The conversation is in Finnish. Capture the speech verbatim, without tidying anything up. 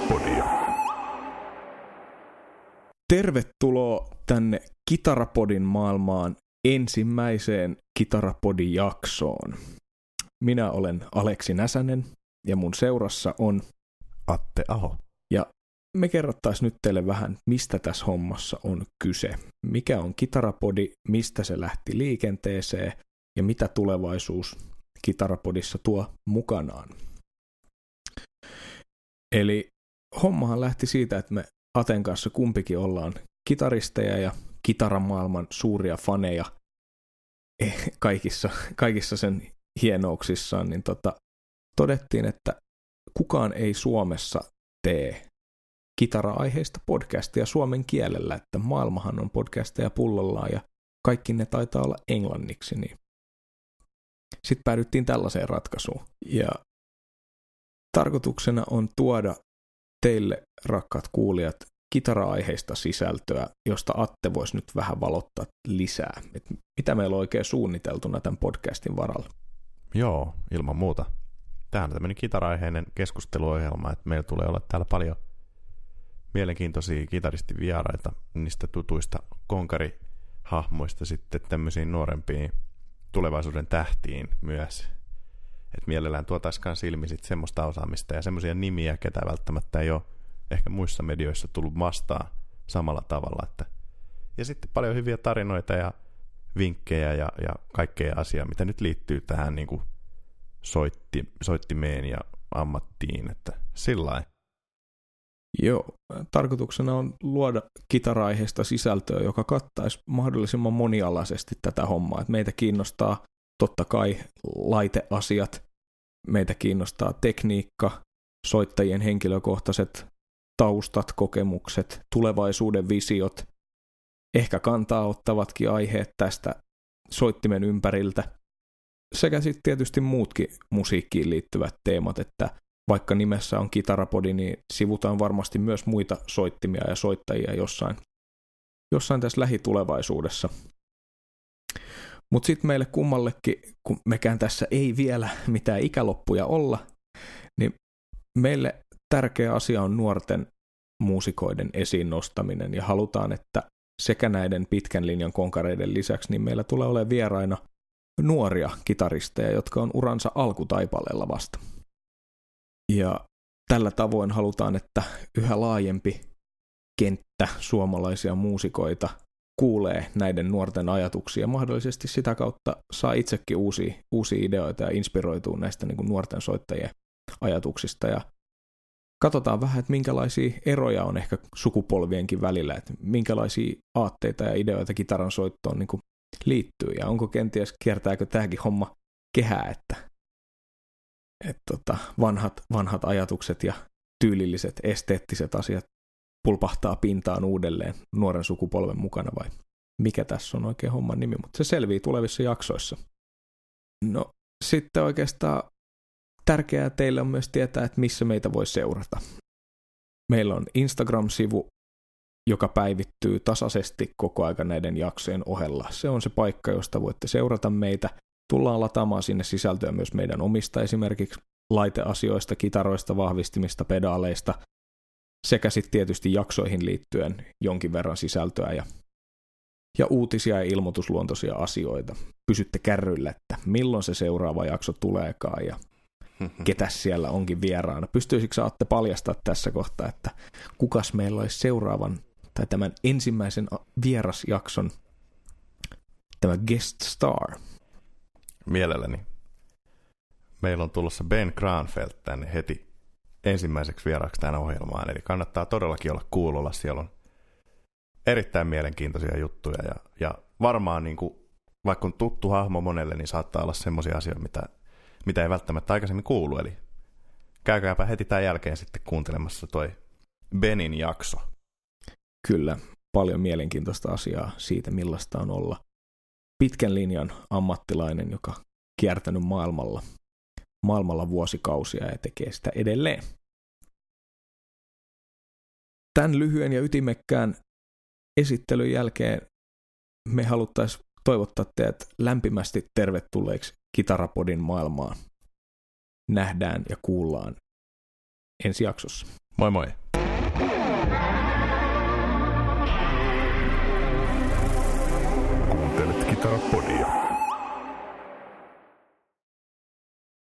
Kitarapodia. Tervetuloa tänne Kitarapodin maailmaan ensimmäiseen Kitarapodin jaksoon. Minä olen Aleksi Näsänen ja mun seurassa on Atte Aho. Ja me kerrottaisiin nyt teille vähän, mistä tässä hommassa on kyse. Mikä on Kitarapodi, mistä se lähti liikenteeseen ja mitä tulevaisuus Kitarapodissa tuo mukanaan. Eli hommahan lähti siitä, että me Aten kanssa kumpikin ollaan kitaristeja ja kitaramaailman suuria faneja kaikissa, kaikissa sen hienouksissaan, niin tota, todettiin, että kukaan ei Suomessa tee kitara-aiheista podcastia suomen kielellä, että maailmahan on podcasteja pullollaan ja kaikki ne taitaa olla englanniksi, niin sitten päädyttiin tällaiseen ratkaisuun. Ja tarkoituksena on tuoda teille, rakkaat kuulijat, kitara-aiheista sisältöä, josta Atte voisi nyt vähän valottaa lisää. Et mitä meillä on oikein suunniteltuna tämän podcastin varalla? Joo, ilman muuta. Tämä on tämmöinen kitara-aiheinen keskusteluohjelma, että meillä tulee olla täällä paljon mielenkiintoisia kitaristivieraita niistä tutuista konkarihahmoista sitten tämmöisiin nuorempiin tulevaisuuden tähtiin myös. Että mielellään tuotaisikaan silmi sitten semmoista osaamista ja semmoisia nimiä, ketä välttämättä ei ole ehkä muissa medioissa tullut vastaan samalla tavalla. Että ja sitten paljon hyviä tarinoita ja vinkkejä ja, ja kaikkea asiaa, mitä nyt liittyy tähän niin kuin soitti, soittimeen ja ammattiin, että sillain. Joo, tarkoituksena on luoda kitara-aiheista sisältöä, joka kattaisi mahdollisimman monialaisesti tätä hommaa. Että meitä kiinnostaa totta kai laiteasiat, meitä kiinnostaa tekniikka, soittajien henkilökohtaiset taustat, kokemukset, tulevaisuuden visiot, ehkä kantaa ottavatkin aiheet tästä soittimen ympäriltä, sekä sitten tietysti muutkin musiikkiin liittyvät teemat, että vaikka nimessä on Kitarapodi, niin sivutaan varmasti myös muita soittimia ja soittajia jossain, jossain tässä lähitulevaisuudessa. Mutta sitten meille kummallekin, kun mekään tässä ei vielä mitään ikäloppuja olla, niin meille tärkeä asia on nuorten muusikoiden esiin nostaminen, ja halutaan, että sekä näiden pitkän linjan konkareiden lisäksi, niin meillä tulee olemaan vieraina nuoria kitaristeja, jotka on uransa alkutaipaleella vasta. Ja tällä tavoin halutaan, että yhä laajempi kenttä suomalaisia muusikoita kuulee näiden nuorten ajatuksia ja mahdollisesti sitä kautta saa itsekin uusia, uusia ideoita ja inspiroituu näistä niin kuin nuorten soittajien ajatuksista. Ja katsotaan vähän, että minkälaisia eroja on ehkä sukupolvienkin välillä, että minkälaisia aatteita ja ideoita kitaran soittoon niin kuin liittyy ja onko kenties, kiertääkö tämäkin homma kehää, että että tota, vanhat, vanhat ajatukset ja tyylilliset, esteettiset asiat pulpahtaa pintaan uudelleen nuoren sukupolven mukana vai mikä tässä on oikein homman nimi, mutta se selvii tulevissa jaksoissa. No sitten oikeastaan tärkeää teille on myös tietää, että missä meitä voi seurata. Meillä on Instagram-sivu, joka päivittyy tasaisesti koko ajan näiden jaksojen ohella. Se on se paikka, josta voitte seurata meitä. Tullaan lataamaan sinne sisältöä myös meidän omista esimerkiksi laiteasioista, kitaroista, vahvistimista, pedaaleista sekä sitten tietysti jaksoihin liittyen jonkin verran sisältöä ja, ja uutisia ja ilmoitusluontoisia asioita. Pysytte kärryillä, että milloin se seuraava jakso tuleekaan ja ketäs siellä onkin vieraana. Pystyisikö Atte paljastaa tässä kohtaa, että kukas meillä olisi seuraavan tai tämän ensimmäisen vierasjakson tämä guest star? Mielelläni. Meillä on tulossa Ben Granfeldt tänne heti ensimmäiseksi vieraaksi tähän ohjelmaan, eli kannattaa todellakin olla kuulolla. Siellä on erittäin mielenkiintoisia juttuja, ja, ja varmaan niin kuin, vaikka on tuttu hahmo monelle, niin saattaa olla semmoisia asioita, mitä, mitä ei välttämättä aikaisemmin kuulu, eli käykääpä heti tämän jälkeen sitten kuuntelemassa toi Benin jakso. Kyllä, paljon mielenkiintoista asiaa siitä, millaista on olla pitkän linjan ammattilainen, joka kiertänyt maailmalla, maailmalla vuosikausia ja tekee sitä edelleen. Tämän lyhyen ja ytimekkään esittelyn jälkeen me haluttaisiin toivottaa teidät lämpimästi tervetulleeksi Kitarapodin maailmaan. Nähdään ja kuullaan ensi jaksossa. Moi moi. Kuuntelet Kitarapodia.